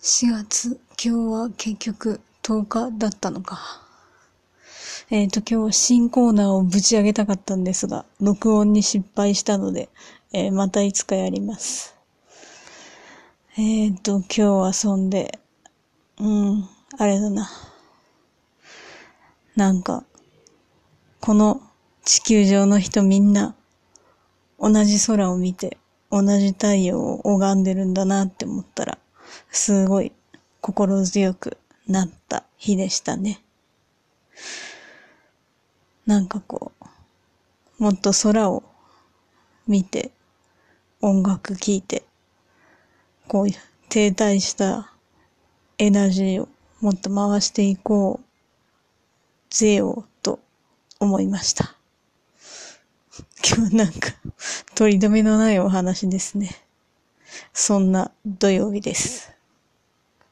4月、今日は結局10日だったのか。今日は新コーナーをぶち上げたかったんですが、録音に失敗したので、またいつかやります。今日遊んで、あれだな。なんか、この地球上の人みんな、同じ空を見て、同じ太陽を拝んでるんだなって思ったら、すごい心強くなった日でしたね。なんかこう、もっと空を見て、音楽聴いて、こういう停滞したエナジーをもっと回していこうぜよと思いました。今日なんか取り留めのないお話ですね。そんな土曜日です。